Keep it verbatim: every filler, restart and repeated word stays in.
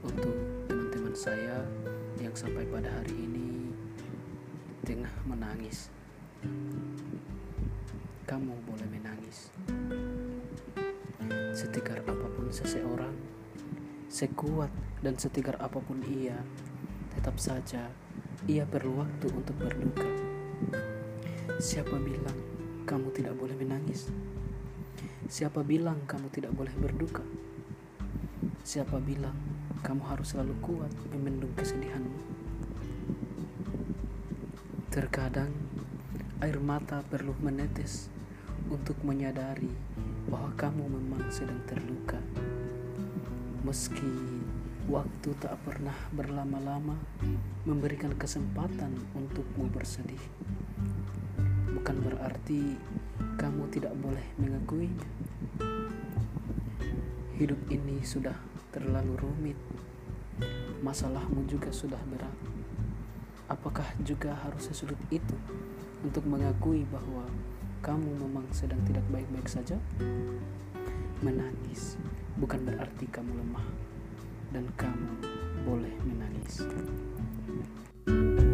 Untuk teman-teman saya yang sampai pada hari ini tengah menangis, kamu boleh menangis. Setegar apapun seseorang, sekuat dan setegar apapun ia, tetap saja ia perlu waktu untuk berduka. Siapa bilang kamu tidak boleh menangis? Siapa bilang kamu tidak boleh berduka? Siapa bilang kamu harus selalu kuat memendung kesedihanmu? Terkadang air mata perlu menetes untuk menyadari bahwa kamu memang sedang terluka. Meski waktu tak pernah berlama-lama memberikan kesempatan untukmu bersedih, bukan berarti kamu tidak boleh mengakuinya. Hidup ini sudah terlalu rumit, masalahmu juga sudah berat. Apakah juga harus sesulit itu untuk mengakui bahwa kamu memang sedang tidak baik-baik saja? Menangis bukan berarti kamu lemah, dan kamu boleh menangis.